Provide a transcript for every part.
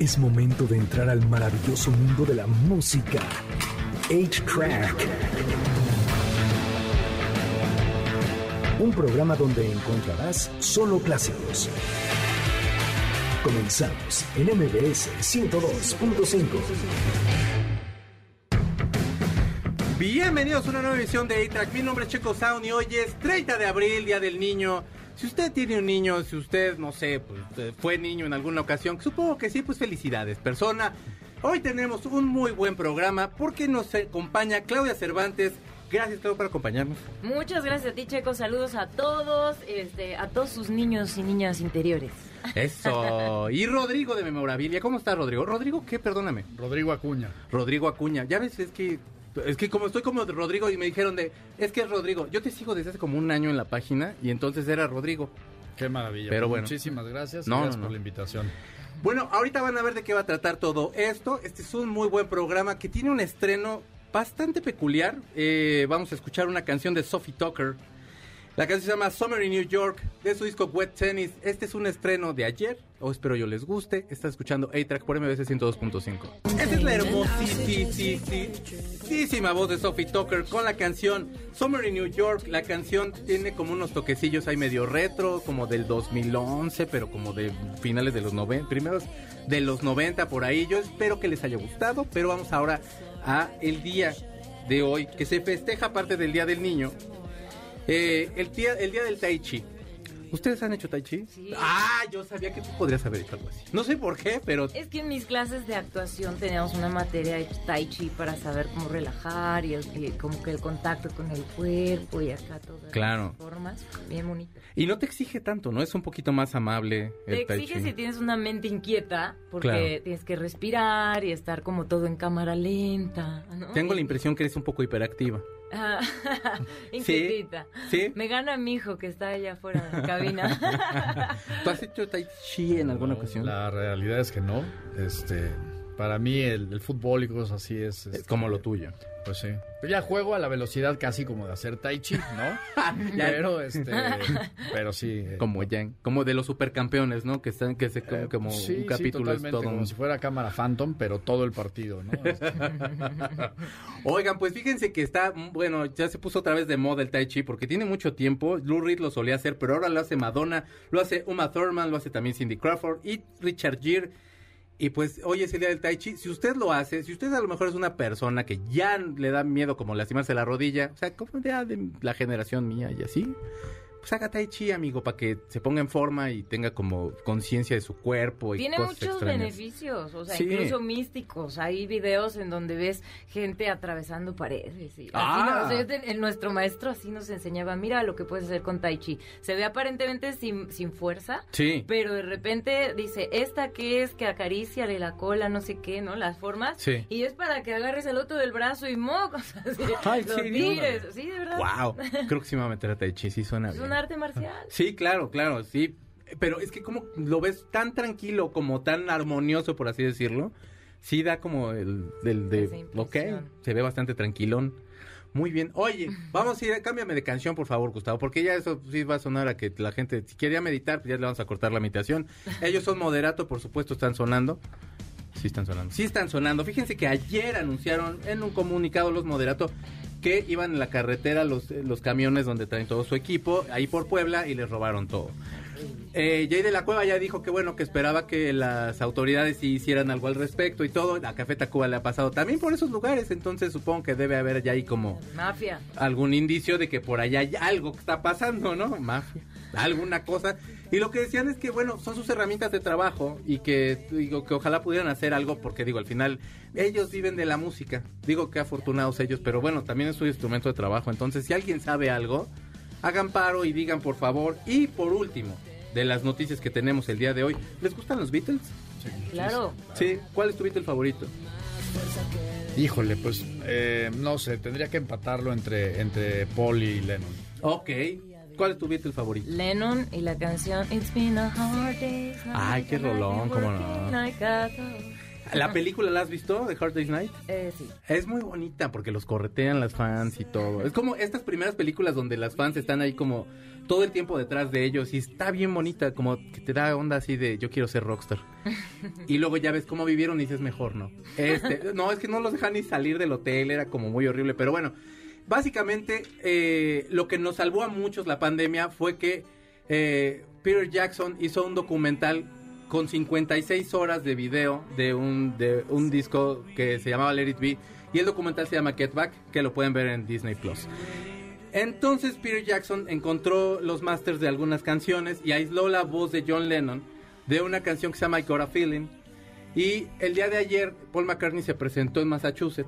Es momento de entrar al maravilloso mundo de la música. 8-Track. Un programa donde encontrarás solo clásicos. Comenzamos en MBS 102.5. Bienvenidos a una nueva edición de 8-Track. Mi nombre es Checo Sound y hoy es 30 de abril, Día del Niño. Si usted tiene un niño, si usted, no sé, pues, fue niño en alguna ocasión, supongo que sí, pues felicidades, persona. Hoy tenemos un muy buen programa porque nos acompaña Claudia Cervantes. Gracias, Claudia, por acompañarnos. Muchas gracias a ti, Checo. Saludos a todos sus niños y niñas interiores. Eso. Y Rodrigo de Memorabilia. ¿Cómo está, Rodrigo? ¿Rodrigo qué? Perdóname. Rodrigo Acuña. Rodrigo Acuña. Ya ves, es que como estoy como Rodrigo y me dijeron es que es Rodrigo. Yo te sigo desde hace como un año en la página y entonces era Rodrigo. Qué maravilla. Pero bueno. Muchísimas gracias. Gracias por la invitación. Bueno, ahorita van a ver de qué va a tratar todo esto. Este es un muy buen programa que tiene un estreno bastante peculiar. Vamos a escuchar una canción de Sophie Tucker. La canción se llama Summer in New York, de su disco Wet Tennis. Este es un estreno de ayer, espero yo les guste. Está escuchando 8-Track por MBS 102.5. Esta es la hermosísima voz de Sophie Tucker con la canción Summer in New York. La canción tiene como unos toquecillos ahí medio retro, como del 2011, pero como de finales de los 90, primeros de los 90 por ahí. Yo espero que les haya gustado, pero vamos ahora a el día de hoy, que se festeja aparte del Día del Niño. El día del Tai Chi. ¿Ustedes han hecho Tai Chi? Sí. Yo sabía que tú podrías haber hecho algo así. No sé por qué, pero... Es que en mis clases de actuación teníamos una materia de Tai Chi para saber cómo relajar y como que el contacto con el cuerpo y acá todas claro. Las formas. Bien bonito. Y no te exige tanto, ¿no? Es un poquito más amable el Tai Chi. Te exige si tienes una mente inquieta, porque claro. Tienes que respirar y estar como todo en cámara lenta, ¿no? Tengo la impresión que eres un poco hiperactiva. Inquietita. ¿Sí? Me gana mi hijo que está allá afuera de la cabina. ¿Tú has hecho Tai Chi en alguna ocasión? La realidad es que no. Para mí el fútbol y cosas así es como lo tuyo. Pues sí. Yo ya juego a la velocidad casi como de hacer Tai Chi, ¿no? pero sí. Como de los supercampeones, ¿no? Que se como sí, un capítulo sí, es todo. Como si fuera cámara Phantom, pero todo el partido, ¿no? Oigan, pues fíjense que ya se puso otra vez de moda el Tai Chi porque tiene mucho tiempo. Lou Reed lo solía hacer, pero ahora lo hace Madonna, lo hace Uma Thurman, lo hace también Cindy Crawford y Richard Gere. Y pues hoy es el día del Tai Chi. Si usted lo hace, si usted a lo mejor es una persona que ya le da miedo como lastimarse la rodilla, o sea, como ya de la generación mía y así, pues haga Tai Chi, amigo, para que se ponga en forma y tenga como conciencia de su cuerpo y tiene cosas muchos extrañas. Beneficios, o sea, sí. Incluso místicos. Hay videos en donde ves gente atravesando paredes. Y así nuestro maestro así nos enseñaba, mira lo que puedes hacer con Tai Chi. Se ve aparentemente sin fuerza, sí. Pero de repente dice, ¿esta qué es? Que acaricia de la cola, no sé qué, ¿no? Las formas. Sí. Y es para que agarres el otro del brazo y mocos, así, lo tires. Sí, de verdad. Wow, creo que sí me voy a meter a Tai Chi, sí suena bien. Es un arte marcial. Sí, claro, sí. Pero es que como lo ves tan tranquilo, como tan armonioso, por así decirlo, sí da como ok, se ve bastante tranquilón. Muy bien. Oye, vamos a ir, cámbiame de canción, por favor, Gustavo, porque ya eso sí va a sonar a que la gente, si quería meditar, pues ya le vamos a cortar la meditación. Ellos son Moderato, por supuesto, están sonando. Sí están sonando. Fíjense que ayer anunciaron en un comunicado los Moderato que iban en la carretera los camiones donde traen todo su equipo, ahí por Puebla, y les robaron todo. Jay de la Cueva ya dijo que bueno, que esperaba que las autoridades sí hicieran algo al respecto y todo. A Café Tacuba le ha pasado también por esos lugares, entonces supongo que debe haber ya ahí como mafia, algún indicio de que por allá hay algo que está pasando, ¿no? Mafia, alguna cosa. Y lo que decían es que bueno, son sus herramientas de trabajo y que ojalá pudieran hacer algo porque al final ellos viven de la música. Digo que afortunados ellos, pero bueno, también es su instrumento de trabajo. Entonces, si alguien sabe algo, hagan paro y digan por favor. Y por último, de las noticias que tenemos el día de hoy, ¿les gustan los Beatles? Sí, claro. Sí, ¿cuál es tu Beatle favorito? Híjole, pues no sé, tendría que empatarlo entre Paul y Lennon. Ok. ¿Cuál es tu Beatle favorito? Lennon y la canción It's Been a Hard Day's Night. Ay, qué rolón, cómo no. ¿La película la has visto, de Hard Day's Night? Sí. Es muy bonita porque los corretean las fans y todo. Es como estas primeras películas donde las fans están ahí como todo el tiempo detrás de ellos y está bien bonita, como que te da onda así de yo quiero ser rockstar. Y luego ya ves cómo vivieron y dices mejor, ¿no? No, es que no los dejan ni salir del hotel, era como muy horrible, pero bueno, básicamente lo que nos salvó a muchos la pandemia fue que Peter Jackson hizo un documental con 56 horas de video de un disco que se llamaba Let It Be, y el documental se llama Get Back, que lo pueden ver en Disney Plus. Entonces Peter Jackson encontró los masters de algunas canciones y aisló la voz de John Lennon de una canción que se llama I Got a Feeling. Y el día de ayer Paul McCartney se presentó en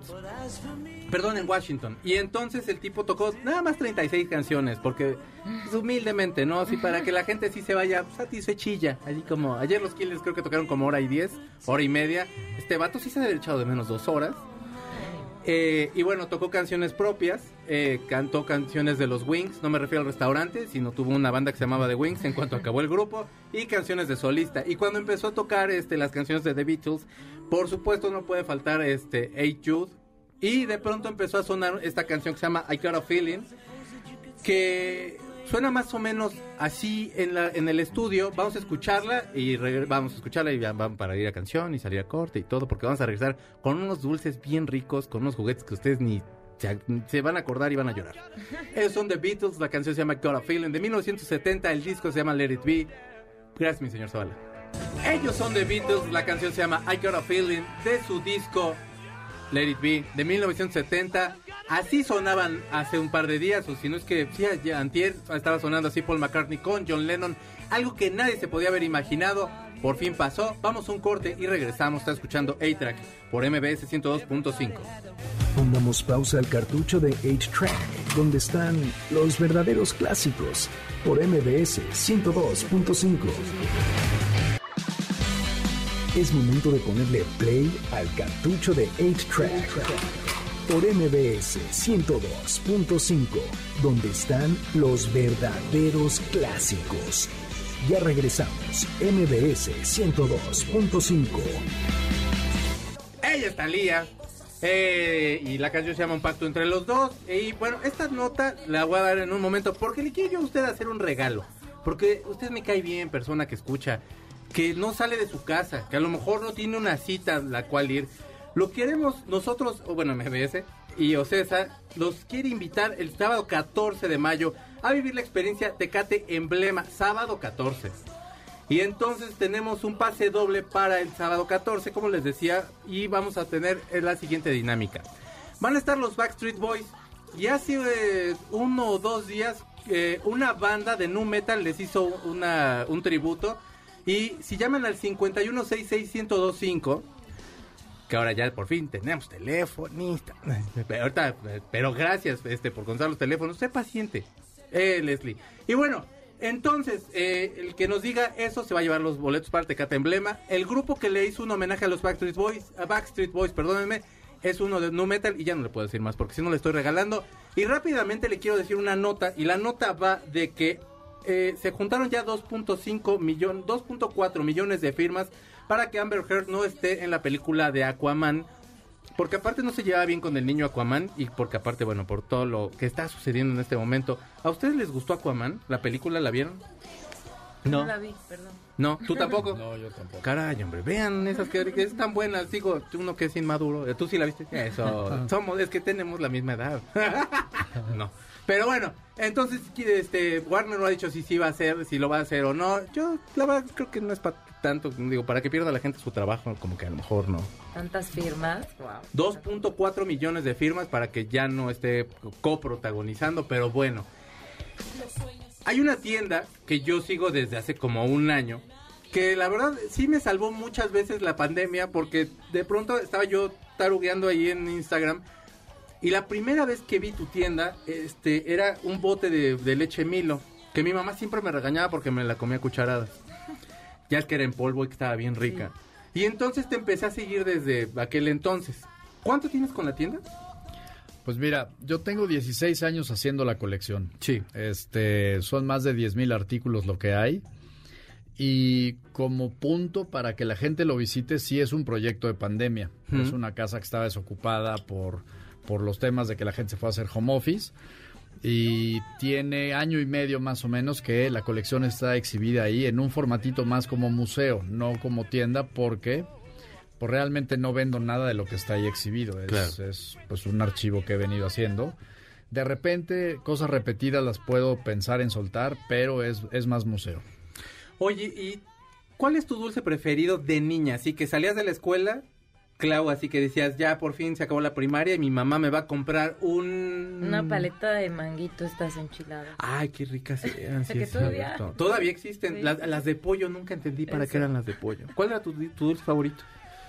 Washington. Y entonces el tipo tocó nada más 36 canciones, porque pues, humildemente, ¿no? Así para que la gente sí se vaya satisfechilla. Allí como, ayer los Killers creo que tocaron como hora y 10, hora y media. Este vato sí se debe haber echado de menos 2 horas. Y bueno, tocó canciones propias, cantó canciones de los Wings, no me refiero al restaurante, sino tuvo una banda que se llamaba The Wings en cuanto acabó el grupo, y canciones de solista. Y cuando empezó a tocar las canciones de The Beatles, por supuesto no puede faltar Hey Jude, y de pronto empezó a sonar esta canción que se llama I Got a Feeling, que suena más o menos así en el estudio. Vamos a escucharla y ya vamos para ir a canción y salir a corte y todo, porque vamos a regresar con unos dulces bien ricos, con unos juguetes que ustedes ni se van a acordar y van a llorar. Ellos son The Beatles, la canción se llama Got a Feeling, de 1970, el disco se llama Let It Be. Gracias, mi señor Zavala. Ellos son The Beatles, la canción se llama I Got a Feeling, de su disco Let It Be, de 1970. Así sonaban hace un par de días, o si no es que sí, ya antier estaba sonando así Paul McCartney con John Lennon, algo que nadie se podía haber imaginado. Por fin pasó. Vamos a un corte y regresamos. Está escuchando A-Track por MBS 102.5. Pongamos pausa al cartucho de 8-Track, donde están los verdaderos clásicos, por MBS 102.5. Es momento de ponerle play al cartucho de 8-Track por MBS 102.5, donde están los verdaderos clásicos. Ya regresamos, MBS 102.5. Ella está Lía, y la canción se llama Un Pacto Entre los Dos. Y bueno, esta nota la voy a dar en un momento, porque le quiero yo a usted hacer un regalo. Porque usted me cae bien, persona que escucha, que no sale de su casa, que a lo mejor no tiene una cita a la cual ir. Lo queremos nosotros, o bueno, MBS y Ocesa, los quiere invitar el sábado 14 de mayo a vivir la experiencia Tecate Emblema, sábado 14. Y entonces tenemos un pase doble para el sábado 14, como les decía, y vamos a tener la siguiente dinámica. Van a estar los Backstreet Boys, y hace 1 o 2 días una banda de nu metal les hizo un tributo, y si llaman al 51661025, que ahora ya por fin tenemos telefonista. Pero gracias por contar los teléfonos. Sé paciente, Leslie. Y bueno, entonces, el que nos diga eso se va a llevar los boletos para Tecate Emblema. El grupo que le hizo un homenaje a los Backstreet Boys, perdónenme, es uno de nu metal, y ya no le puedo decir más porque si no le estoy regalando. Y rápidamente le quiero decir una nota, y la nota va de que se juntaron ya 2.4 millones de firmas para que Amber Heard no esté en la película de Aquaman, porque aparte no se llevaba bien con el niño Aquaman, y porque aparte, bueno, por todo lo que está sucediendo en este momento. ¿A ustedes les gustó Aquaman? ¿La película la vieron? No la vi, perdón. ¿No? ¿Tú tampoco? No, yo tampoco. Caray, hombre, vean esas que están buenas. Digo, uno que es inmaduro. ¿Tú sí la viste? Eso, es que tenemos la misma edad. No. Pero bueno, entonces Warner no ha dicho si va a hacer, si lo va a hacer o no. Yo, la verdad, creo que no es para tanto, digo, para que pierda la gente su trabajo, como que a lo mejor no. ¿Tantas firmas? Wow. 2.4 millones de firmas para que ya no esté coprotagonizando, pero bueno. Hay una tienda que yo sigo desde hace como un año, que la verdad sí me salvó muchas veces la pandemia, porque de pronto estaba yo tarugueando ahí en Instagram, y la primera vez que vi tu tienda, era un bote de leche Milo, que mi mamá siempre me regañaba porque me la comía a cucharadas. Ya es que era en polvo y que estaba bien rica. Sí. Y entonces te empecé a seguir desde aquel entonces. ¿Cuánto tienes con la tienda? Pues mira, yo tengo 16 años haciendo la colección. Sí. Son más de 10,000 artículos lo que hay. Y como punto para que la gente lo visite, sí es un proyecto de pandemia. Es una casa que estaba desocupada por los temas de que la gente se fue a hacer home office. y tiene año y medio más o menos que la colección está exhibida ahí en un formatito más como museo, no como tienda, porque pues realmente no vendo nada de lo que está ahí exhibido. Es pues un archivo que he venido haciendo. De repente, cosas repetidas las puedo pensar en soltar, pero es más museo. Oye, ¿y cuál es tu dulce preferido de niña? Así que salías de la escuela, Clau, así que decías, ya por fin se acabó la primaria y mi mamá me va a comprar una paleta de manguito, estas enchiladas. Ay, qué ricas eran. Sí, que todavía existen. Sí. Las de pollo, nunca entendí para qué eran las de pollo. ¿Cuál era tu dulce favorito?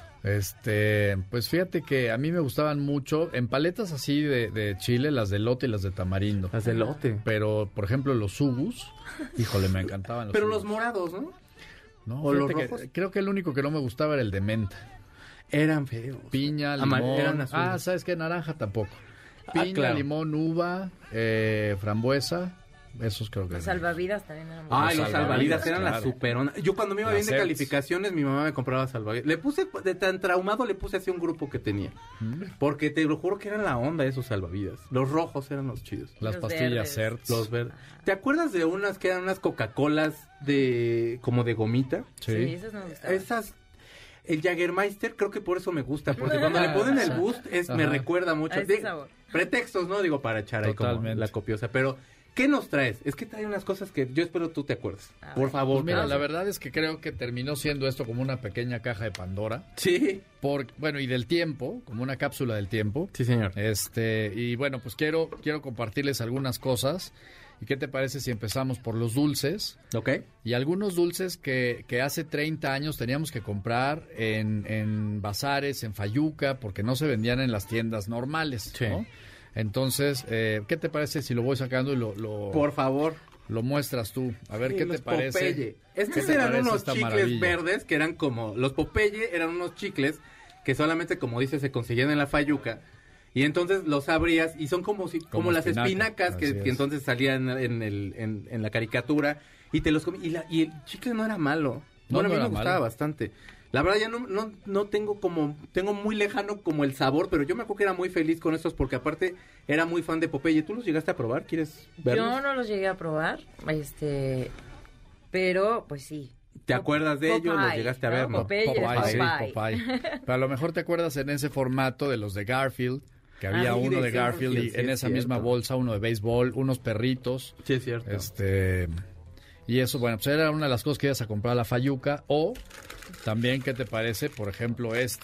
Pues fíjate que a mí me gustaban mucho en paletas así de chile, las de elote y las de tamarindo. Las de elote. Pero, por ejemplo, los sugus, híjole, me encantaban Pero sugus. los morados, ¿no? No, o los rojos. Creo que el único que no me gustaba era el de menta. Eran feos. Piña, limón. Eran azules. ¿Sabes qué? Naranja tampoco. Piña, claro. Limón, uva, frambuesa. Esos creo que los salvavidas también eran muy los salvavidas eran la superona. Yo cuando me iba bien de calificaciones, mi mamá me compraba salvavidas. Le puse, de tan traumado, le puse así un grupo que tenía. Porque te lo juro que eran la onda esos salvavidas. Los rojos eran los chidos. Las los pastillas Certs. Los verdes. ¿Te acuerdas de unas que eran unas Coca-Colas como de gomita? Sí, esas no me gustaban. Esas... El Jägermeister, creo que por eso me gusta, porque cuando le ponen el boost, me recuerda mucho. Pretextos, ¿no? Digo, para echar ahí como la copiosa, pero... ¿Qué nos traes? Es que trae unas cosas que yo espero tú te acuerdes. Por favor. Pues mira, la verdad es que creo que terminó siendo esto como una pequeña caja de Pandora. Sí. Y del tiempo, como una cápsula del tiempo. Sí, señor. Y bueno, pues quiero compartirles algunas cosas. ¿Y qué te parece si empezamos por los dulces? Ok. Y algunos dulces que hace 30 años teníamos que comprar en bazares, en Fayuca, porque no se vendían en las tiendas normales, sí. ¿no? Entonces, ¿qué te parece si lo voy sacando y lo por favor, lo muestras tú? A ver, ¿qué te parece? Popeye. Estos eran unos chicles verdes que eran como... Los Popeye eran unos chicles que solamente, como dice, se conseguían en la Fayuca. Y entonces los abrías y son como las espinacas que entonces salían en la caricatura. Y te los comí. Y el chicle no era malo. A mí me gustaba bastante. La verdad ya no tengo tengo muy lejano como el sabor, pero yo me acuerdo que era muy feliz con estos porque aparte era muy fan de Popeye. ¿Tú los llegaste a probar? ¿Quieres verlos? Yo no los llegué a probar, pero pues sí. ¿Te acuerdas de ellos? ¿Los llegaste a ver? ¿No? Popeye. Pero a lo mejor te acuerdas en ese formato de los de Garfield, que había uno de Garfield y en esa misma bolsa uno de béisbol, unos perritos. Sí, es cierto. Y eso, bueno, pues era una de las cosas que ibas a comprar a la Fayuca. O también, ¿qué te parece? Por ejemplo, los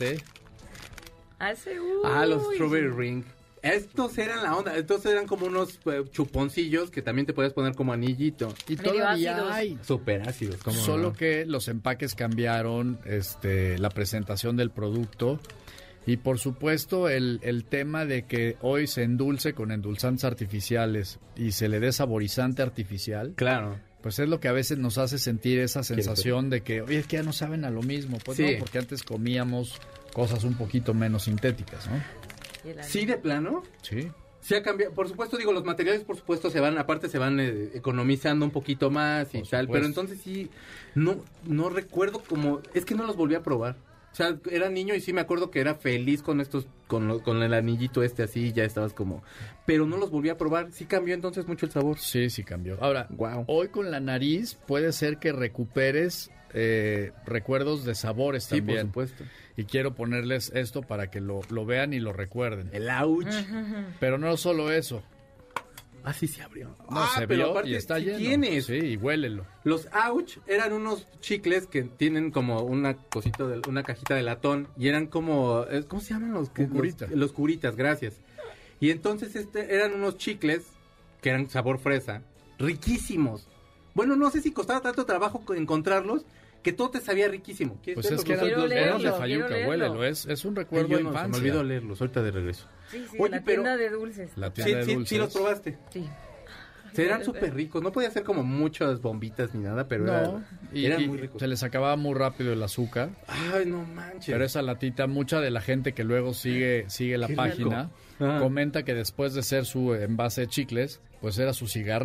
Strawberry Ring. Estos eran la onda. Estos eran como unos chuponcillos que también te puedes poner como anillito. Y todavía hay. Súper ácidos. Solo que los empaques cambiaron, la presentación del producto. Y por supuesto el tema de que hoy se endulce con endulzantes artificiales y se le dé saborizante artificial. Claro. Pues es lo que a veces nos hace sentir esa sensación de que, oye, es que ya no saben a lo mismo. Pues sí. No, porque antes comíamos cosas un poquito menos sintéticas, ¿no? Sí, de plano. Sí. Sí ha cambiado. Por supuesto, digo, los materiales, por supuesto, se van economizando un poquito más y tal. Pero entonces sí, no recuerdo cómo... Es que no los volví a probar. O sea, era niño y sí me acuerdo que era feliz con estos, con el anillito así, ya estabas como... Pero no los volví a probar. ¿Sí cambió entonces mucho el sabor? Sí, sí cambió. Ahora, hoy con la nariz puede ser que recuperes recuerdos de sabores también. Sí, por supuesto. Y quiero ponerles esto para que lo vean y lo recuerden. El ouch. Pero no solo eso. Ah, sí se abrió. No, se pero vio aparte, y está lleno. Tienes. Sí, y huélelo. Los ouch eran unos chicles que tienen como una cajita de latón y eran como, ¿cómo se llaman los? Curitas. Los curitas, gracias. Y entonces eran unos chicles que eran sabor fresa, riquísimos. Bueno, no sé si costaba tanto trabajo encontrarlos, que todo te sabía riquísimo. Pues es que eran de Fayuca, huélelo. Es un recuerdo de infancia. Se me olvidó leerlos, ahorita de regreso. Sí, oye, la tienda de dulces. La tienda de dulces. Sí, los probaste. Sí. Eran súper ricos. No podía ser como muchas bombitas ni nada, pero eran muy ricos. Se les acababa muy rápido el azúcar. Ay, no manches. Pero esa latita, mucha de la gente que luego sigue la página, comenta que después de ser su envase de chicles, pues era su cigarrera.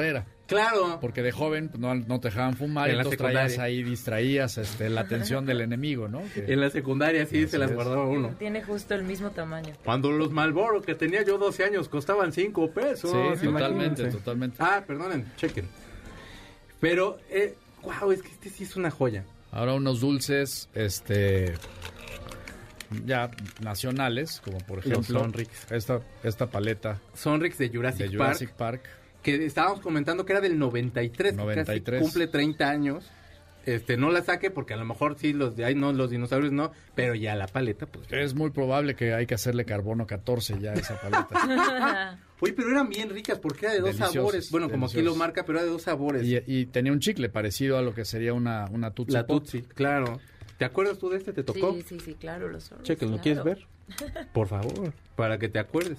Claro. Porque de joven pues, no te dejaban fumar y entonces traías ahí, distraías la atención del enemigo, ¿no? En la secundaria sí se las guardaba uno. Tiene justo el mismo tamaño. Cuando los Marlboro, que tenía yo 12 años, costaban 5 pesos. Sí, totalmente. Ah, perdonen, chequen. Pero, wow, es que este sí es una joya. Ahora unos dulces, ya nacionales, como por ejemplo esta paleta Sonrix de Jurassic Park. Que estábamos comentando que era del 93. Casi cumple 30 años. No la saque porque a lo mejor sí los de ahí no, los dinosaurios no, pero ya la paleta pues. Es muy probable que hay que hacerle carbono 14 ya a esa paleta. Oye, pero eran bien ricas porque era de dos sabores. Bueno, como aquí lo marca, pero era de dos sabores. Y tenía un chicle parecido a lo que sería una Tootsie La Pop. Tootsie, claro. ¿Te acuerdas tú de este? ¿Te tocó? Sí, claro, los Sonrix. Chequen, ¿lo quieres ver? Por favor, para que te acuerdes.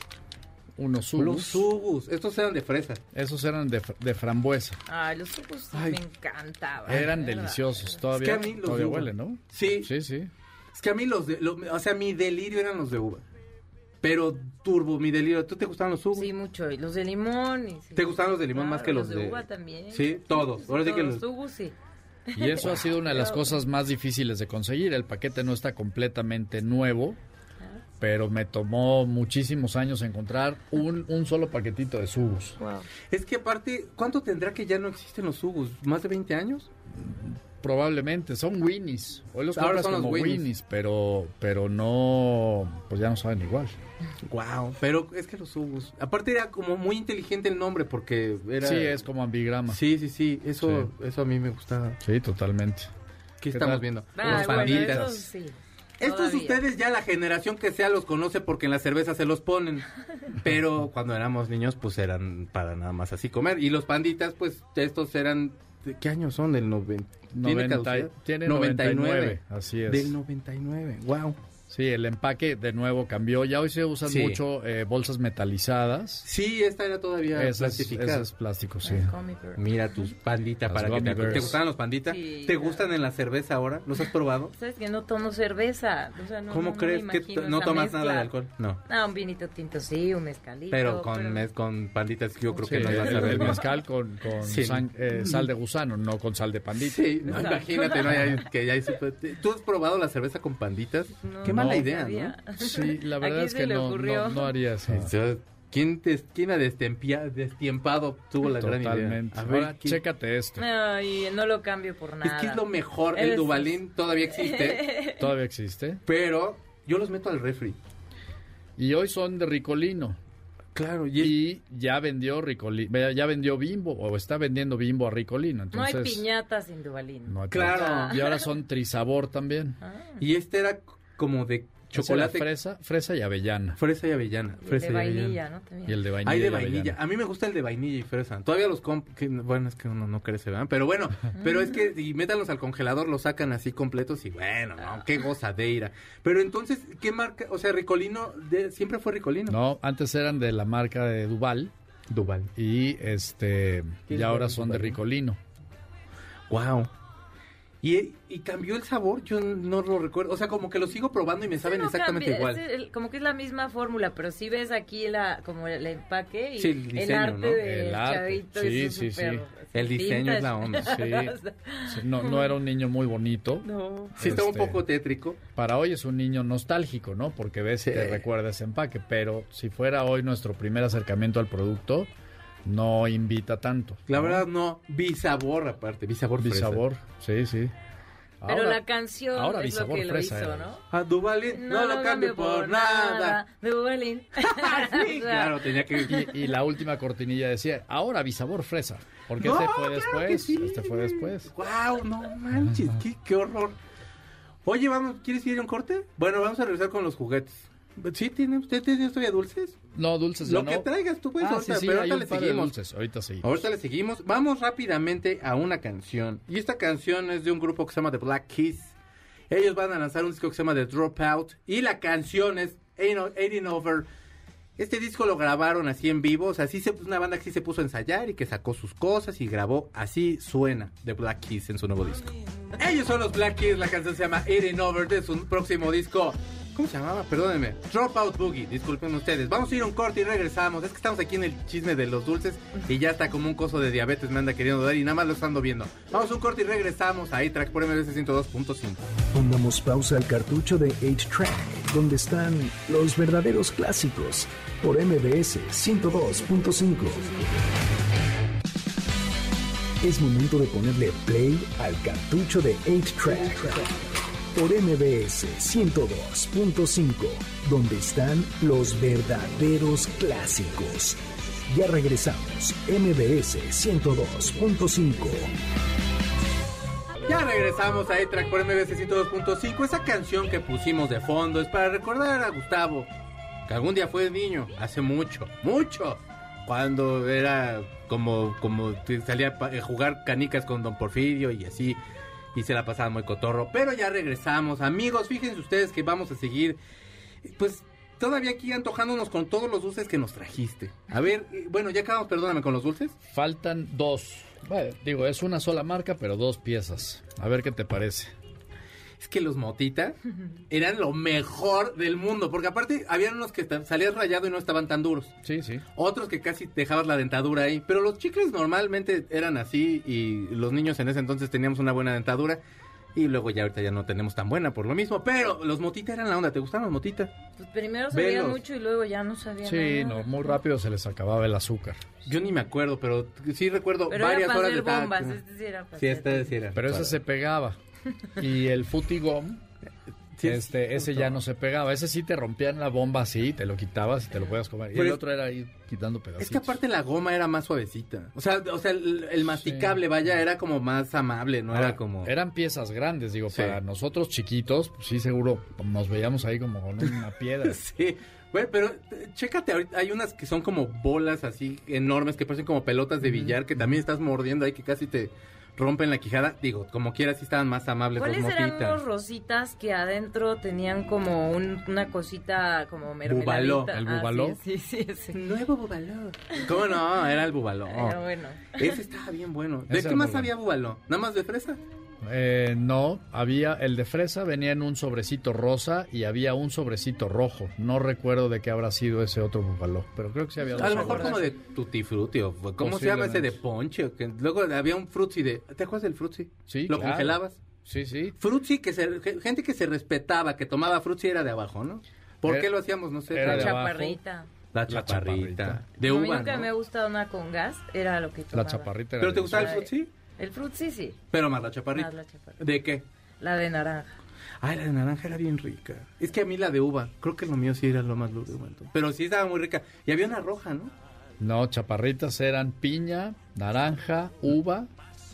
Unos Sugus. Los Sugus. Estos eran de fresa. Esos eran de frambuesa. Ay, los Sugus me encantaban. Eran deliciosos. Todavía, es que todavía huelen, ¿no? Sí. Es que a mí o sea, mi delirio eran los de uva. Pero turbo, mi delirio. ¿Tú te gustaban los Sugus? Sí, mucho. Y los de limón. ¿Te gustaban los de limón más que los de uva también? Sí, todos. Ahora sí que los Sugus, sí. Y eso ha sido una de las cosas más difíciles de conseguir. El paquete no está completamente nuevo. Pero me tomó muchísimos años encontrar un solo paquetito de Sugus. Wow. Es que aparte, ¿cuánto tendrá que ya no existen los Sugus? ¿Más de 20 años? Probablemente, son Winnies. Hoy los compras como Winnies, pero no, pues ya no saben igual. Wow, pero es que los Sugus, aparte era como muy inteligente el nombre porque era... Sí, es como ambigrama. Sí, eso a mí me gustaba. Sí, totalmente. ¿Qué estamos viendo? Los panditas. Bueno, sí. Estos ustedes ya la generación que sea los conoce porque en la cerveza se los ponen, pero cuando éramos niños pues eran para nada más así comer. Y los panditas pues estos eran, ¿de qué años son? Del 90. Tiene 99, así es. Del 99, wow. Sí, el empaque de nuevo cambió. Ya hoy se usan mucho bolsas metalizadas. Sí, esta era todavía plastificada. Ese es plástico, sí. Mira tus panditas para que te gustaban los panditas. Sí, ¿te gustan en la cerveza ahora? ¿Los has probado? Sabes que no tomo cerveza. O sea, ¿Cómo crees que no tomas nada de alcohol? No. Un vinito tinto sí, un mezcalito. Pero con panditas yo creo que no vas a ver. El mezcal con sal de gusano, no con sal de pandita. Sí, no, imagínate, ¿no? ¿Tú has probado la cerveza con panditas? No, qué mala idea, ¿no? Sí, la verdad es que no haría eso. ¿Quién ha destiempado tuvo la gran idea? Totalmente. Ahora, chécate esto. Ay, no lo cambio por nada. Es que es lo mejor. El Duvalín todavía existe. Todavía existe. Pero yo los meto al refri. Y hoy son de Ricolino. Claro. Y ya vendió Bimbo, o está vendiendo Bimbo a Ricolino. Entonces, no hay piñatas sin Duvalín. No hay claro. Y ahora son trisabor también. Y este era como de chocolate. Fresa y avellana. Fresa y avellana. De vainilla, ¿no? También. Y el de vainilla. Hay de vainilla. A mí me gusta el de vainilla y fresa. Todavía los bueno, es que uno no crece, ¿verdad? Pero bueno, pero es que y métanlos al congelador, los sacan así completos y bueno, no, qué gozadera. Pero entonces, ¿qué marca? O sea, Ricolino, ¿siempre fue Ricolino? No, antes eran de la marca de Duval. Y ya ahora son de Ricolino. Wow. ¿Y cambió el sabor? Yo no lo recuerdo. O sea, como que lo sigo probando y me saben exactamente igual. Como que es la misma fórmula, pero si ves aquí como el empaque y el diseño, el arte, ¿no? del chavito. Sí. El diseño es la onda. Sí. No era un niño muy bonito. No. Sí, estaba un poco tétrico. Para hoy es un niño nostálgico, ¿no? Porque ves y te recuerda ese empaque. Pero si fuera hoy nuestro primer acercamiento al producto, no invita tanto. La verdad no, bisabor aparte, bisabor, sí. Pero la canción es lo que lo hizo, ¿no? A Duvalín no lo cambio por nada. Duvalín. Sí, claro, tenía que... Y la última cortinilla decía, ahora bisabor fresa. Porque fue después. Este fue después. Wow, no manches, qué horror. Oye, ¿quieres ir a un corte? Bueno, vamos a regresar con los juguetes. ¿Sí ¿Usted tiene todavía dulces? No, dulces ya no. Lo que traigas tú, pues, ahorita, sí, pero ahorita le seguimos. Ahorita le seguimos. Vamos rápidamente a una canción. Y esta canción es de un grupo que se llama The Black Keys. Ellos van a lanzar un disco que se llama The Dropout. Y la canción es Ain't Over. Este disco lo grabaron así en vivo. O sea, una banda que sí se puso a ensayar y que sacó sus cosas y grabó. Así suena The Black Keys en su nuevo disco. Ellos son los Black Keys. La canción se llama Ain't Over de su próximo disco ¿Cómo se llamaba? Perdónenme. Dropout Boogie, disculpen ustedes. Vamos a ir a un corte y regresamos. Es que estamos aquí en el chisme de los dulces y ya está como un coso de diabetes me anda queriendo dar y nada más lo estando viendo. Vamos a un corte y regresamos a A-Track por MBS 102.5. Pongamos pausa al cartucho de 8-Track, donde están los verdaderos clásicos por MBS 102.5. Es momento de ponerle play al cartucho de 8-Track. Por MBS 102.5, donde están los verdaderos clásicos. Ya regresamos, MBS 102.5. Ya regresamos a A-Track por MBS 102.5. Esa canción que pusimos de fondo es para recordar a Gustavo, que algún día fue niño, hace mucho, cuando era como salía a jugar canicas con Don Porfirio y así. Y se la pasaban muy cotorro. Pero ya regresamos. Amigos, fíjense ustedes que vamos a seguir, pues, todavía aquí antojándonos con todos los dulces que nos trajiste. A ver, bueno, ya acabamos, perdóname, con los dulces. Faltan 2. Bueno, digo, es una sola marca, pero 2 piezas. A ver qué te parece. Es que los Motita eran lo mejor del mundo. Porque aparte, habían unos que salías rayado y no estaban tan duros. Sí, sí. Otros que casi dejabas la dentadura ahí. Pero los chicles normalmente eran así. Y los niños en ese entonces teníamos una buena dentadura. Y luego ya ahorita ya no tenemos tan buena por lo mismo. Pero los Motita eran la onda. ¿Te gustaban los Motita? Pues primero sabían mucho y luego ya no sabían sí, nada. No, muy rápido se les acababa el azúcar. Yo ni me acuerdo, pero sí recuerdo pero varias horas de bombas, este sí era sí, este sí era. Pero ese se pegaba. Y el Futigom, sí, ese ya no se pegaba. Ese sí te rompían la bomba así, te lo quitabas y te lo podías comer. Y el otro era ir quitando pedacitos. Es que aparte la goma era más suavecita. O sea el masticable, sí, vaya, era como más amable, no era como... Eran piezas grandes, digo, sí. Para nosotros chiquitos, pues sí, seguro nos veíamos ahí como con una piedra. Sí. Bueno, pero chécate, ahorita hay unas que son como bolas así enormes que parecen como pelotas de billar que también estás mordiendo ahí que casi te rompen la quijada. Digo, como quieras, sí estaban más amables los Motita. ¿Cuáles eran los rositas que adentro tenían como una cosita como mermeladita? Bubaló. ¿El bubaló? Sí, ese. Nuevo bubaló. ¿Cómo no? Era el bubaló. Pero bueno. Ese estaba bien bueno. ¿De qué más había bubaló? ¿Nada más de fresa? No, había el de fresa, venía en un sobrecito rosa y había un sobrecito rojo. No recuerdo de qué habrá sido ese otro bubaló, pero creo que sí había a lo mejor como de Tutti Frutti o ¿cómo se llama ese de ponche? Que luego había un Frutzi de... ¿Te acuerdas del Frutzi? Sí, ¿Lo congelabas? Sí, sí. Frutzi, gente que se respetaba, que tomaba Frutzi era de abajo, ¿no? ¿Por qué lo hacíamos? No sé. La chaparrita. La chaparrita. De uva, a mí nunca me ha gustado una con gas, era lo que tomaba. La chaparrita era ¿Pero te gustaba el Frutzi? El Frutzi sí. Pero más la chaparrita. ¿De qué? La de naranja. Ay, la de naranja era bien rica. Es que a mí la de uva, creo que lo mío sí era lo más dulce. Pero sí estaba muy rica. Y había una roja, ¿no? No, chaparritas eran piña, naranja, uva.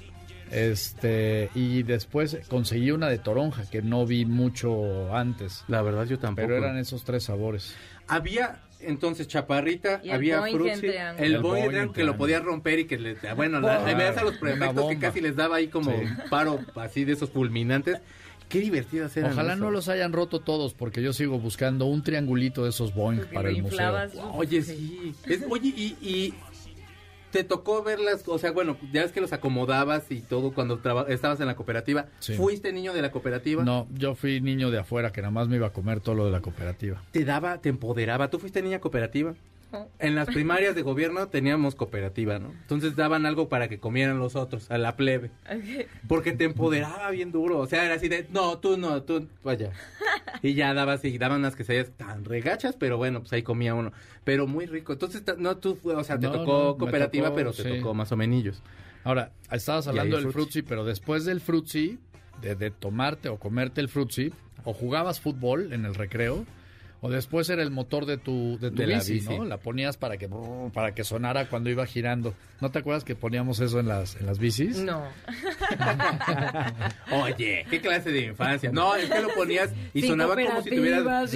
Y después conseguí una de toronja que no vi mucho antes. La verdad yo tampoco. Pero eran esos 3 sabores. Había entonces chaparrita, había Frutzi, el Boing que lo podías romper y que le bueno, veías a los prefectos que casi les daba ahí como paro así de esos fulminantes. Qué divertidas eran. Ojalá esos. No los hayan roto todos porque yo sigo buscando un triangulito de esos Boing para el museo. Oye, sí. Oye, y te tocó verlas, o sea, bueno, ya ves que los acomodabas y todo cuando estabas en la cooperativa. Sí. ¿Fuiste niño de la cooperativa? No, yo fui niño de afuera que nada más me iba a comer todo lo de la cooperativa. Te empoderaba. ¿Tú fuiste niña cooperativa? En las primarias de gobierno teníamos cooperativa, ¿no? Entonces daban algo para que comieran los otros, a la plebe. Porque te empoderaba bien duro. O sea, era así de, no, tú, vaya. Y ya daban unas quesadillas tan regachas, pero bueno, pues ahí comía uno. Pero muy rico. Entonces, no, tú, o sea, te tocó cooperativa, pero te tocó más o menos. Ahora, estabas hablando del Frutzi, pero después del Frutzi, de tomarte o comerte el Frutzi, o jugabas fútbol en el recreo, o después era el motor de tu bici, ¿no? La ponías para que sonara cuando iba girando. ¿No te acuerdas que poníamos eso en las bicis? No. Oye, ¿qué clase de infancia? No, es que lo ponías y sonaba como si tuvieras...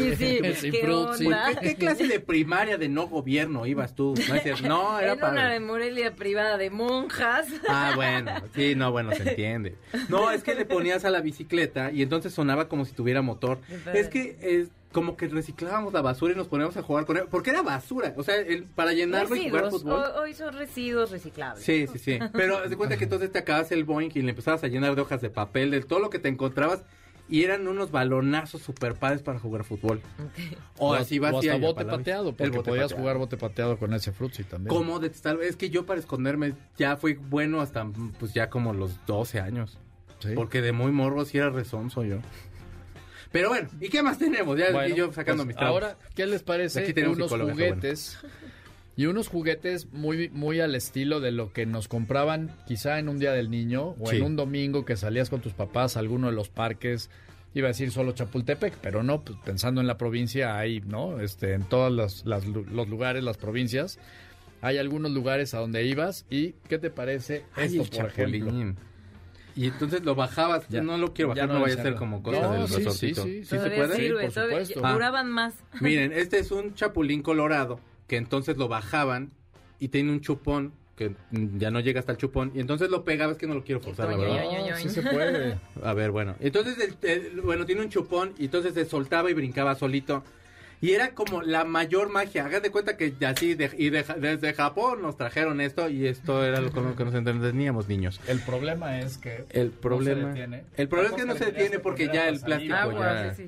¿Qué clase de primaria de no gobierno ibas tú? No, era para... una de Morelia privada de monjas. Ah, bueno. Sí, no, bueno, se entiende. No, es que le ponías a la bicicleta y entonces sonaba como si tuviera motor. Es que... como que reciclábamos la basura y nos poníamos a jugar con él, porque era basura, o sea, para llenarlo y jugar fútbol. Hoy son residuos reciclables. Sí, pero haz de cuenta que entonces te acabas el Boing y le empezabas a llenar de hojas de papel, de todo lo que te encontrabas, y eran unos balonazos super padres para jugar fútbol. Okay. O así va hasta bote pateado, porque podías jugar bote pateado con ese frutzi también. ¿Cómo detestarlo? Es que yo para esconderme ya fui bueno hasta pues ya como los 12 años. ¿Sí? Porque de muy morro sí era rezonzo yo. Pero bueno, ¿y qué más tenemos? Ya bueno, yo sacando pues mis trabajos. Ahora, ¿qué les parece unos juguetes? Bueno. Y unos juguetes muy, muy al estilo de lo que nos compraban quizá en un día del niño o en un domingo que salías con tus papás a alguno de los parques. Iba a decir solo Chapultepec, pero no, pues pensando en la provincia hay, ¿no? En todos los lugares, las provincias, hay algunos lugares a donde ibas. ¿Y qué te parece esto, por ejemplo? Y entonces lo bajabas, ya, no lo quiero bajar, no vaya a ser como cosa del resortito. Sí se puede. Sí, por supuesto. Duraban más. Miren, este es un chapulín colorado, que entonces lo bajaban y tiene un chupón, que ya no llega hasta el chupón, y entonces lo pegabas, que no lo quiero forzar, la verdad. No, sí se puede. A ver, bueno. Entonces, bueno, tiene un chupón, y entonces se soltaba y brincaba solito. Y era como la mayor magia. Hagan de cuenta que así desde Japón nos trajeron esto y esto era lo que nos entreteníamos, niños. El problema es que el problema es que no se detiene porque ya el plástico sí.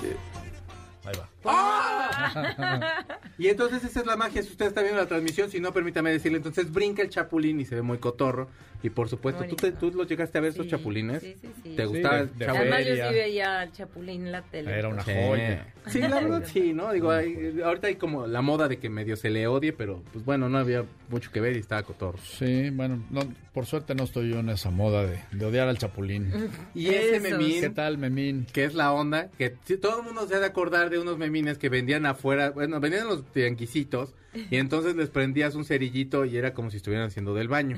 Ahí va. ¡Ah! Y entonces esa es la magia. Si usted está viendo la transmisión, si no, permítame decirle, entonces brinca el chapulín y se ve muy cotorro. Y por supuesto, ¿tú los llegaste a ver esos chapulines? Sí. ¿Te gustaba el chapulín? Además yo sí veía al chapulín en la tele. Era una joya. Sí, la verdad sí, ¿no? Digo, ahorita hay como la moda de que medio se le odie, pero pues bueno, no había mucho que ver y estaba cotorro. Sí, bueno, no, por suerte no estoy yo en esa moda de odiar al chapulín. Y ese memín. ¿Qué tal, memín? Que es la onda, que si todo el mundo se ha de acordar de unos memines que vendían afuera, bueno, vendían los tianguisitos, y entonces les prendías un cerillito y era como si estuvieran haciendo del baño.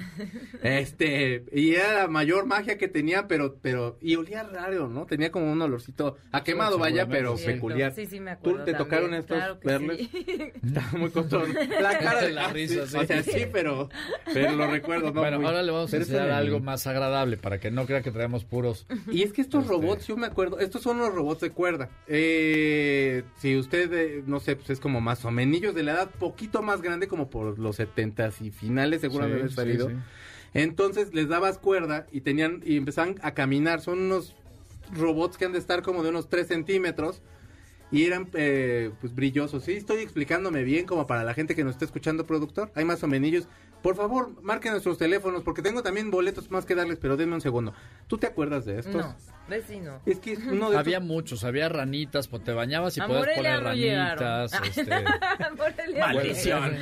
Y era la mayor magia que tenía, pero y olía raro, ¿no? Tenía como un olorcito a quemado, vaya, pero peculiar. Sí, me acuerdo. ¿Tú te tocaron estos verles? Sí. Estaba muy cotorro. La cara de la risa, sí. O sea, sí, pero lo recuerdo, ¿no? Bueno, ahora le vamos a enseñar algo más agradable para que no crea que traemos puros. Y es que estos robots, yo me acuerdo, estos son los robots de cuerda. Si usted, no sé, pues es como más o menos de la edad, poquito más grande, como por los 70s y finales, seguramente haber salido. Sí. Entonces les dabas cuerda y empezaban a caminar. Son unos robots que han de estar como de unos 3 centímetros y eran pues brillosos. Sí, estoy explicándome bien como para la gente que nos está escuchando, productor. Hay más o menos. Por favor, marquen nuestros teléfonos porque tengo también boletos más que darles, pero denme un segundo. ¿Tú te acuerdas de estos? No, vecino. Es que uno de había muchos, había ranitas, pues te bañabas y podías poner ranitas. Maldición.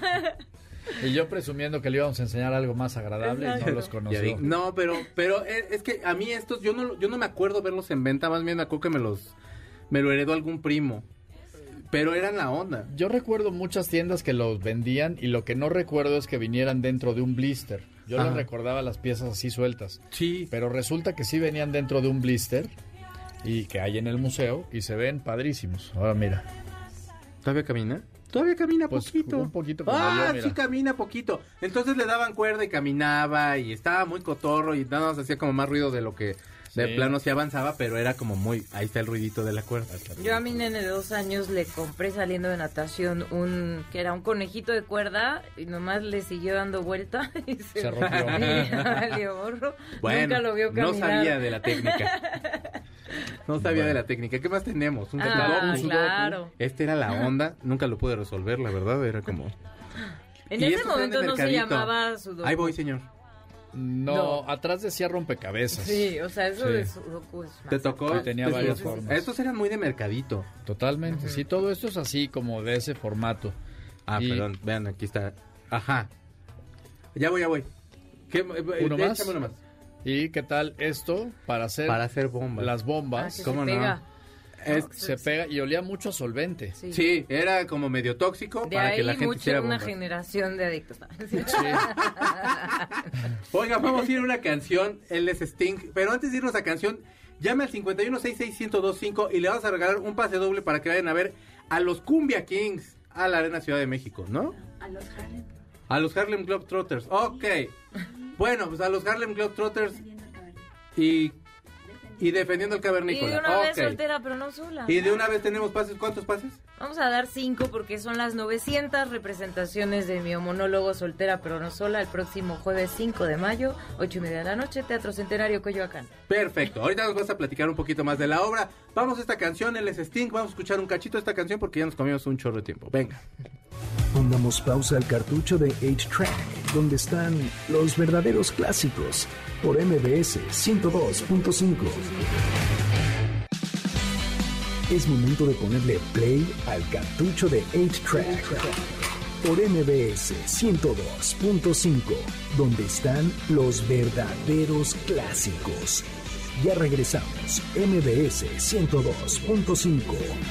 Y yo presumiendo que le íbamos a enseñar algo más agradable. Exacto. Y no los conoció. No, pero es que a mí estos, yo no me acuerdo verlos en venta, más bien me acuerdo que me lo heredó algún primo. Pero eran la onda. Yo recuerdo muchas tiendas que los vendían y lo que no recuerdo es que vinieran dentro de un blister. Yo les recordaba las piezas así sueltas. Sí. Pero resulta que sí venían dentro de un blister y que hay en el museo y se ven padrísimos. Ahora mira. ¿Todavía camina? Todavía camina pues, poquito. Un poquito. Sí camina poquito. Entonces le daban cuerda y caminaba y estaba muy cotorro y nada más hacía como más ruido de lo que de plano sí avanzaba, pero era como muy, ahí está el ruidito de la cuerda. Yo a mi nene de 2 años le compré saliendo de natación que era un conejito de cuerda y nomás le siguió dando vuelta y se rompió. Bueno, nunca lo vio caminar. No sabía de la técnica. No sabía de la técnica. ¿Qué más tenemos? Un sudoku. Claro. Este era la onda. Nunca lo pude resolver, la verdad. Era como... En ese momento no se llamaba sudoku. Ahí voy, señor. No, atrás decía rompecabezas. Sí, o sea, eso de sudoku es más. ¿Te tocó? Tenía varias formas. Estos eran muy de mercadito. Totalmente, sí, todo esto es así como de ese formato. Perdón, vean, aquí está. Ajá. Ya voy. ¿Uno más? Échame uno más. ¿Y qué tal esto para hacer bombas? Las bombas. ¿Cómo no? Se pega y olía mucho a solvente. Sí, era como medio tóxico de para que la gente hiciera bombas. Una generación de adictos. Sí. Oiga, vamos a ir a una canción, él es Sting, pero antes de irnos a canción, llame al 51661025 y le vamos a regalar un pase doble para que vayan a ver a los Cumbia Kings a la Arena Ciudad de México, ¿no? A los Harlem Globetrotters, ok. Bueno, pues a los Harlem Globetrotters y... Y defendiendo el cavernícola. Y de una vez soltera, pero no sola. Y de una vez tenemos pases. ¿Cuántos pases? Vamos a dar 5 porque son las 900 representaciones de mi monólogo Soltera pero no sola el próximo jueves 5 de mayo, 8:30 de la noche, Teatro Centenario, Coyoacán. Perfecto. Ahorita nos vas a platicar un poquito más de la obra. Vamos a esta canción, él es Sting. Vamos a escuchar un cachito de esta canción porque ya nos comimos un chorro de tiempo. Venga. Pongamos pausa al cartucho de 8-Track, donde están los verdaderos clásicos, por MBS 102.5. Es momento de ponerle play al cartucho de 8-Track, por MBS 102.5, donde están los verdaderos clásicos. Ya regresamos, MBS 102.5.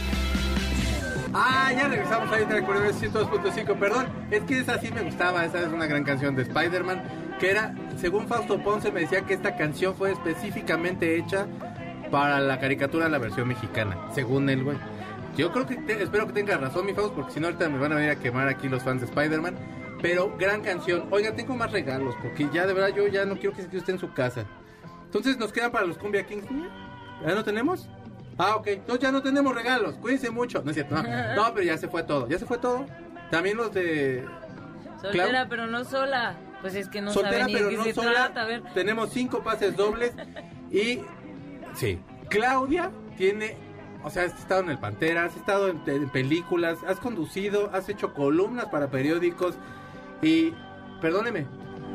Ya regresamos ahí en el 102.5, perdón, es que esa sí me gustaba, esa es una gran canción de Spider-Man, que era, según Fausto Ponce me decía que esta canción fue específicamente hecha para la caricatura, la versión mexicana, según él, güey. Yo creo que, espero que tenga razón mi Fausto, porque si no ahorita me van a venir a quemar aquí los fans de Spider-Man, pero gran canción. Oiga, tengo más regalos, porque ya de verdad yo ya no quiero que se quede usted en su casa. Entonces nos quedan para los Cumbia Kings, ¿ya no tenemos? Ok, entonces ya no tenemos regalos, cuídense mucho. No es cierto, no, pero ya se fue todo. También los de... Soltera pero no sola. Pues es que no Soltera sabe ni pero de qué no se sola. trata. A ver. Tenemos 5 pases dobles. Y... sí, Claudia tiene... O sea, has estado en el Pantera, has estado en películas, has conducido, has hecho columnas para periódicos. Y... perdóneme.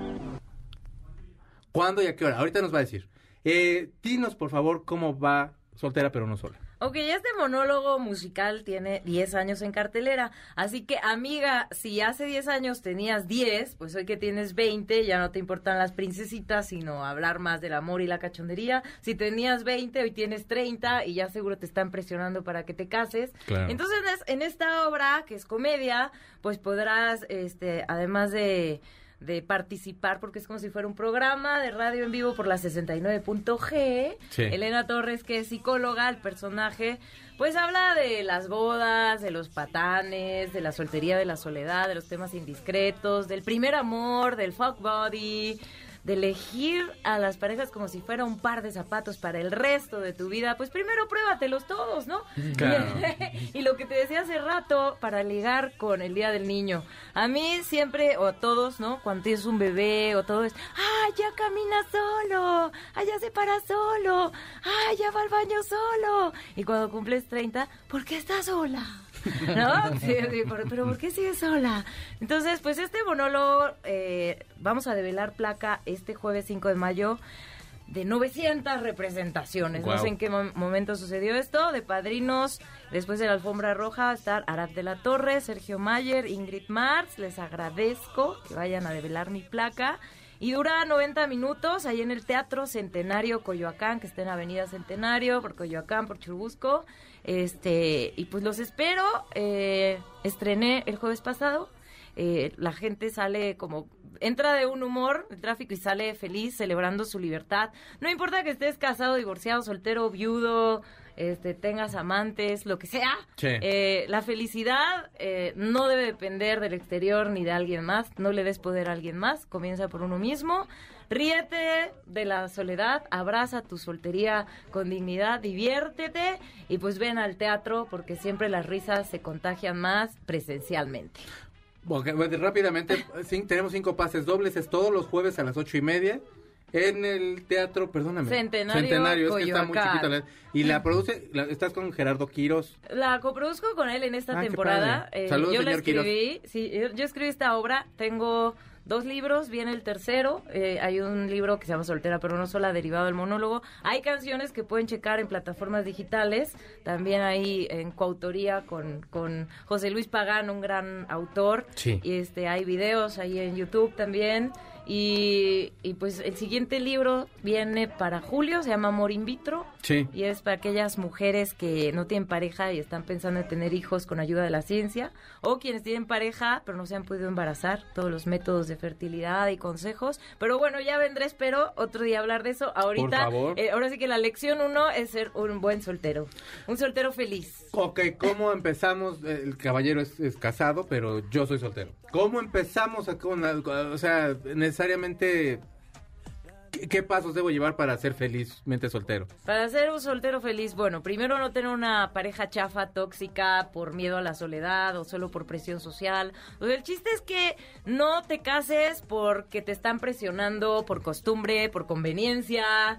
¿Cuándo y a qué hora? Ahorita nos va a decir. Dinos, por favor, cómo va Soltera pero no sola. Ok, este monólogo musical tiene 10 años en cartelera, así que amiga, si hace 10 años tenías 10, pues hoy que tienes 20 ya no te importan las princesitas, sino hablar más del amor y la cachondería. Si tenías 20, hoy tienes 30 y ya seguro te están presionando para que te cases. Claro. Entonces, en esta obra, que es comedia, pues podrás, además de participar, porque es como si fuera un programa de radio en vivo por la 69.g. Sí. Elena Torres, que es psicóloga, el personaje, pues habla de las bodas, de los patanes, de la soltería, de la soledad, de los temas indiscretos, del primer amor, del fuck body, de elegir a las parejas como si fuera un par de zapatos para el resto de tu vida. Pues primero pruébatelos todos, ¿no? Claro. Y lo que te decía hace rato, para ligar con el Día del Niño. A mí siempre, o a todos, ¿no? Cuando tienes un bebé o todo es, ya camina solo, ya se para solo, ya va al baño solo. Y cuando cumples 30, ¿por qué estás sola? ¿No? Sí, pero ¿por qué sigues sola? Entonces, pues este monólogo vamos a develar placa este jueves 5 de mayo de 900 representaciones. Wow. No sé en qué momento sucedió esto. De padrinos, después de la alfombra roja, va a estar Arad de la Torre, Sergio Mayer, Ingrid Marx. Les agradezco que vayan a develar mi placa. Y dura 90 minutos ahí en el Teatro Centenario Coyoacán, que está en Avenida Centenario, por Coyoacán, por Churubusco. Y pues los espero. Estrené el jueves pasado. La gente sale como... entra de un humor, el tráfico, y sale feliz, celebrando su libertad. No importa que estés casado, divorciado, soltero, viudo, tengas amantes, lo que sea. Sí. La felicidad no debe depender del exterior ni de alguien más. No le des poder a alguien más. Comienza por uno mismo. Ríete de la soledad, abraza tu soltería con dignidad, diviértete y pues ven al teatro, porque siempre las risas se contagian más presencialmente. Okay, rápidamente, tenemos 5 pases dobles, es todos los jueves a las 8:30 en el teatro, perdóname. Centenario, es que está muy chiquito. Y la produce, estás con Gerardo Quirós. La coproduzco con él en esta temporada. Saludos, yo señor la escribí, Quirós. sí, yo escribí esta obra, tengo 2 libros, viene el tercero, hay un libro que se llama Soltera pero no sola, derivado del monólogo. Hay canciones que pueden checar en plataformas digitales, también hay en coautoría con José Luis Pagán, un gran autor. Sí. Y hay videos ahí en YouTube también. Y pues el siguiente libro viene para julio, se llama Amor in vitro. Sí. Y es para aquellas mujeres que no tienen pareja y están pensando en tener hijos con ayuda de la ciencia, o quienes tienen pareja pero no se han podido embarazar, todos los métodos de fertilidad y consejos. Pero bueno, ya vendré, espero otro día hablar de eso. Ahorita, por favor. Ahora sí que la lección 1 es ser un buen soltero, un soltero feliz. Ok, ¿cómo empezamos? El caballero es casado, pero yo soy soltero. ¿Cómo empezamos o sea, necesariamente ¿Qué pasos debo llevar para ser felizmente soltero? Para ser un soltero feliz, bueno, primero no tener una pareja chafa, tóxica, por miedo a la soledad o solo por presión social. O sea, el chiste es que no te cases porque te están presionando por costumbre, por conveniencia.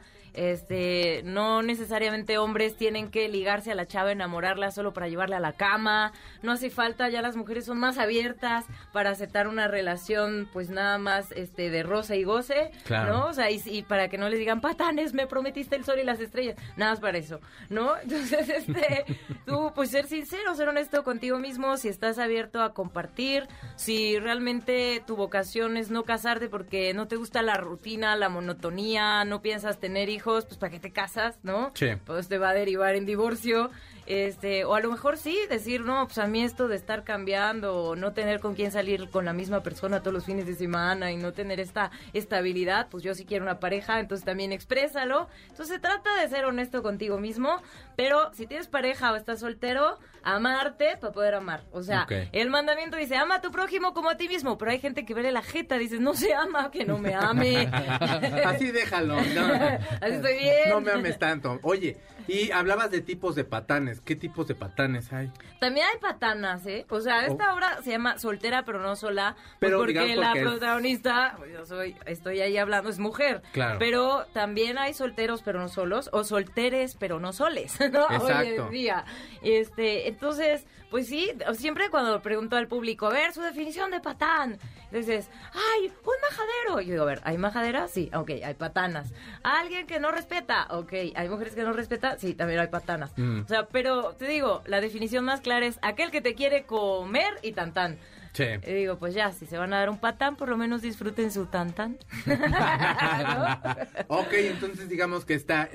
No necesariamente hombres tienen que ligarse a la chava, enamorarla solo para llevarla a la cama. No hace falta, ya las mujeres son más abiertas para aceptar una relación, pues nada más de rosa y goce, claro. ¿no? O sea, y para que no les digan, patanes, me prometiste el sol y las estrellas. Nada más para eso, ¿no? Entonces, tú, pues ser sincero, ser honesto contigo mismo, si estás abierto a compartir, si realmente tu vocación es no casarte porque no te gusta la rutina, la monotonía, no piensas tener hijos, pues ¿para qué te casas, no? Sí. Pues te va a derivar en divorcio, o a lo mejor sí, decir, no, pues a mí esto de estar cambiando, o no tener con quién salir con la misma persona todos los fines de semana y no tener esta estabilidad, pues yo sí quiero una pareja, entonces también exprésalo. Entonces se trata de ser honesto contigo mismo, pero si tienes pareja o estás soltero, amarte para poder amar. O sea, el mandamiento dice, ama a tu prójimo como a ti mismo, pero hay gente que ve la jeta, dice, no se ama, que no me ame. Así déjalo, no. Así estoy bien. No me ames tanto. Oye, y hablabas de tipos de patanes. ¿Qué tipos de patanes hay? También hay patanas, ¿eh? O sea, esta obra se llama Soltera pero no sola, pero porque digamos, la protagonista, estoy ahí hablando, es mujer. Claro. Pero también hay solteros pero no solos, o solteres pero no soles, ¿no? Exacto. Hoy en día. Entonces, pues sí, siempre cuando pregunto al público, a ver, su definición de patán, dices, ¡ay, un majadero! Y yo digo, a ver, ¿hay majaderas? Sí, ok, hay patanas. ¿Alguien que no respeta? Ok, ¿hay mujeres que no respetan? Sí, también hay patanas. O sea, pero te digo, la definición más clara es aquel que te quiere comer y tantán. Sí. Y digo, pues ya, si se van a dar un patán, por lo menos disfruten su tantán. ¿No? Ok, entonces digamos que está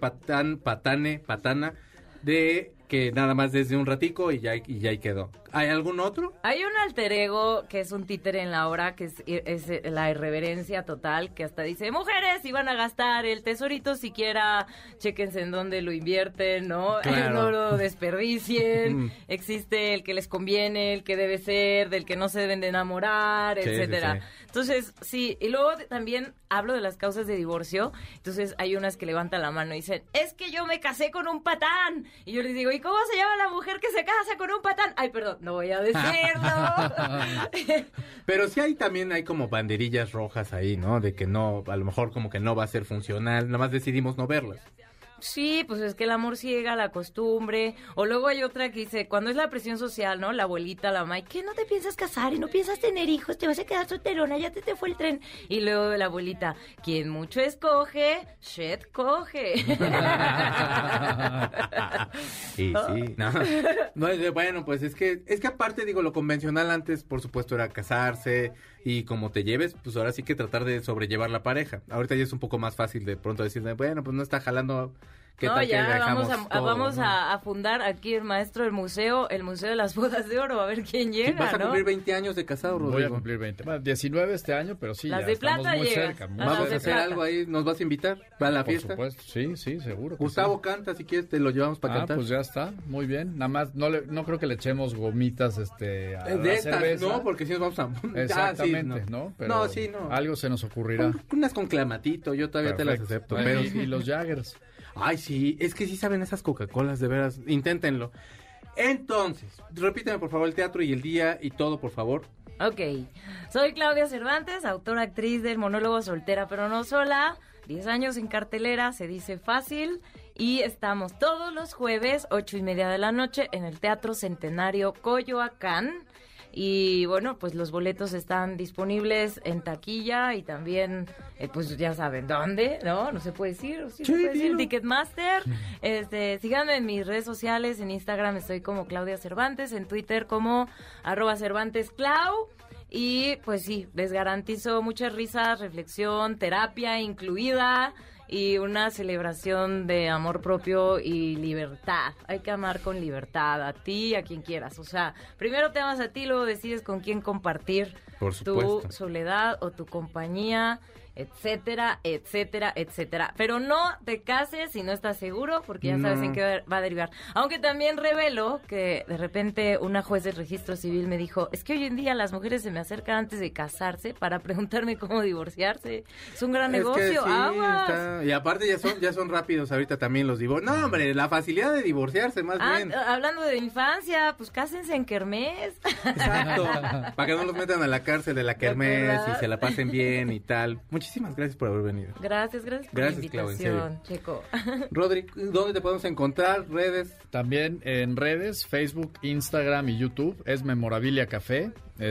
patana, de que nada más desde un ratico y ya ahí quedó. ¿Hay algún otro? Hay un alter ego que es un títere en la obra, que es la irreverencia total, que hasta dice, mujeres, si van a gastar el tesorito siquiera, chéquense en dónde lo invierten, ¿no? Claro. No lo desperdicien. Existe el que les conviene, el que debe ser, del que no se deben de enamorar, sí, etcétera. Sí. Entonces, sí, y luego también hablo de las causas de divorcio. Entonces hay unas que levantan la mano y dicen, es que yo me casé con un patán. Y yo les digo, ¿y cómo se llama la mujer que se casa con un patán? Ay, perdón, no voy a decirlo. Pero sí también hay como banderillas rojas ahí, ¿no? De que no, a lo mejor como que no va a ser funcional, nada más decidimos no verlas. Sí, pues es que el amor ciega, la costumbre. O luego hay otra que dice, cuando es la presión social, ¿no? La abuelita, la mamá, ¿qué no te piensas casar y no piensas tener hijos? Te vas a quedar solterona, ya te fue el tren. Y luego la abuelita, quien mucho escoge, shit coge. Sí, sí. No, bueno, pues es que aparte, digo, lo convencional antes, por supuesto, era casarse y como te lleves, pues ahora sí que tratar de sobrellevar la pareja. Ahorita ya es un poco más fácil de pronto decir, bueno, pues no está jalando. ¿Qué tal ya que dejamos vamos ¿no? a fundar aquí el maestro del museo, el Museo de las Bodas de Oro, a ver quién llega, sí, vas a ¿no? cumplir 20 años de casado, Rodrigo. Voy a cumplir 20. Bueno, 19 este año, pero sí, las ya de estamos plata muy llegas. cerca. Vamos a hacer algo ahí, ¿nos vas a invitar a la fiesta? Por supuesto, sí, seguro. Gustavo canta, si quieres te lo llevamos para cantar. Pues ya está, muy bien. Nada más, no creo que le echemos gomitas a de la estas, cerveza. no, porque si nos vamos a... Exactamente, sí, ¿no? Pero no, sí, no. algo se nos ocurrirá. Unas con clamatito, yo todavía te las acepto. Pero Pero y los Jaggers. Ay, sí, es que sí saben esas Coca-Colas, de veras, inténtenlo. Entonces, repíteme por favor el teatro y el día y todo, por favor. Ok, soy Claudia Cervantes, autora, actriz del monólogo Soltera pero no sola, 10 años en cartelera, se dice fácil, y estamos todos los jueves, 8:30 de la noche, en el Teatro Centenario Coyoacán. Y bueno, pues los boletos están disponibles en taquilla y también, pues ya saben dónde, ¿no? No se puede decir, ¿o sí se puede decir? Ticketmaster. Síganme en mis redes sociales, en Instagram estoy como Claudia Cervantes, en Twitter como @CervantesClau. Y pues sí, les garantizo muchas risas, reflexión, terapia incluida y una celebración de amor propio y libertad. Hay que amar con libertad, a ti y a quien quieras. O sea, primero te amas a ti, luego decides con quién compartir Por supuesto. tu soledad o tu compañía, etcétera, etcétera, etcétera. Pero no te cases si no estás seguro, porque ya sabes en qué va a derivar. Aunque también revelo que de repente una juez del registro civil me dijo, es que hoy en día las mujeres se me acercan antes de casarse para preguntarme cómo divorciarse. Es un gran negocio, sí, aguas. Y aparte ya son rápidos ahorita también los divorcios. No, hombre, la facilidad de divorciarse más bien. Hablando de infancia, pues cásense en kermés. Exacto, para que no los metan a la cárcel de la kermés y se la pasen bien y tal. Muchísimas gracias por haber venido. Gracias por la invitación, Checo. Rodri, ¿dónde te podemos encontrar? ¿Redes? También en redes, Facebook, Instagram y YouTube, es Memorabilia Café.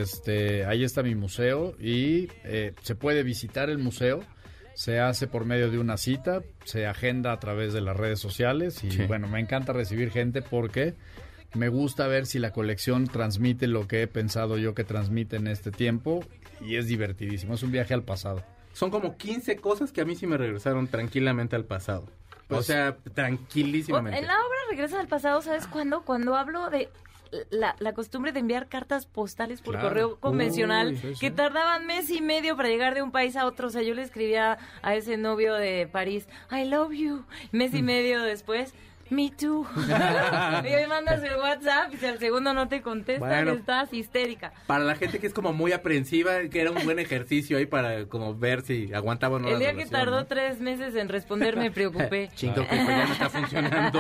Ahí está mi museo y se puede visitar el museo. Se hace por medio de una cita, se agenda a través de las redes sociales y bueno, me encanta recibir gente porque me gusta ver si la colección transmite lo que he pensado yo que transmite en este tiempo y es divertidísimo, es un viaje al pasado. Son como 15 cosas que a mí sí me regresaron tranquilamente al pasado. Pues, o sea, tranquilísimamente. En la obra Regresa al pasado, ¿sabes cuándo? Cuando hablo de la costumbre de enviar cartas postales por correo convencional, que tardaban mes y medio para llegar de un país a otro. O sea, yo le escribía a ese novio de París, I love you. Mes y medio después, me too. Y me mandas el WhatsApp y si al segundo no te contestan, estás histérica. Para la gente que es como muy aprensiva, que era un buen ejercicio ahí para como ver si aguantaba o no. El día que tardó 3 meses en responder me preocupé. Chingo, que ya no está funcionando.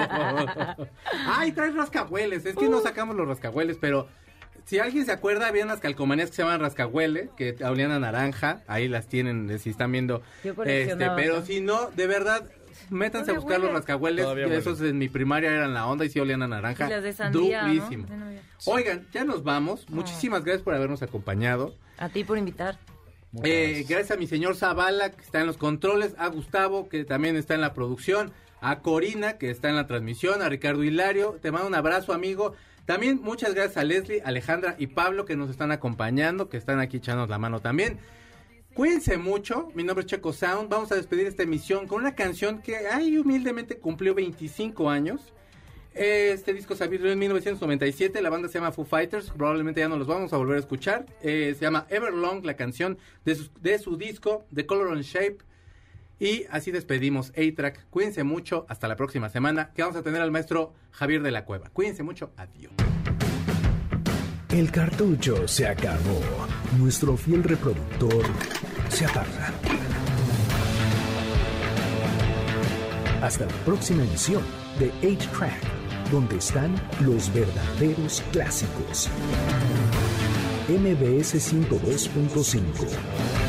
Ay, traes rascahueles. Es que no sacamos los rascahueles, pero si alguien se acuerda, había unas calcomanías que se llaman rascahuele, que olían a naranja. Ahí las tienen, si están viendo. Pero si no, de verdad, métanse a buscar los rascahueles. Esos en mi primaria eran la onda y sí olían a naranja. Y las de sandía, durísimo. ¿No? Oigan, ya nos vamos. Muchísimas gracias por habernos acompañado. A ti por invitar. Gracias a mi señor Zavala, que está en los controles, a Gustavo, que también está en la producción, a Corina, que está en la transmisión, a Ricardo Hilario. Te mando un abrazo, amigo. También muchas gracias a Leslie, Alejandra y Pablo, que nos están acompañando, que están aquí echándonos la mano también. Cuídense mucho, mi nombre es Checo Sound. Vamos a despedir esta emisión con una canción que humildemente cumplió 25 años. Este disco salió en 1997, la banda se llama Foo Fighters, probablemente ya no los vamos a volver a escuchar. Se llama Everlong, la canción de su disco, The Color and Shape. Y así despedimos A-Track. Cuídense mucho, hasta la próxima semana, que vamos a tener al maestro Javier de la Cueva. Cuídense mucho, adiós. El cartucho se acabó. Nuestro fiel reproductor se apaga. Hasta la próxima emisión de 8-Track, donde están los verdaderos clásicos. MBS 102.5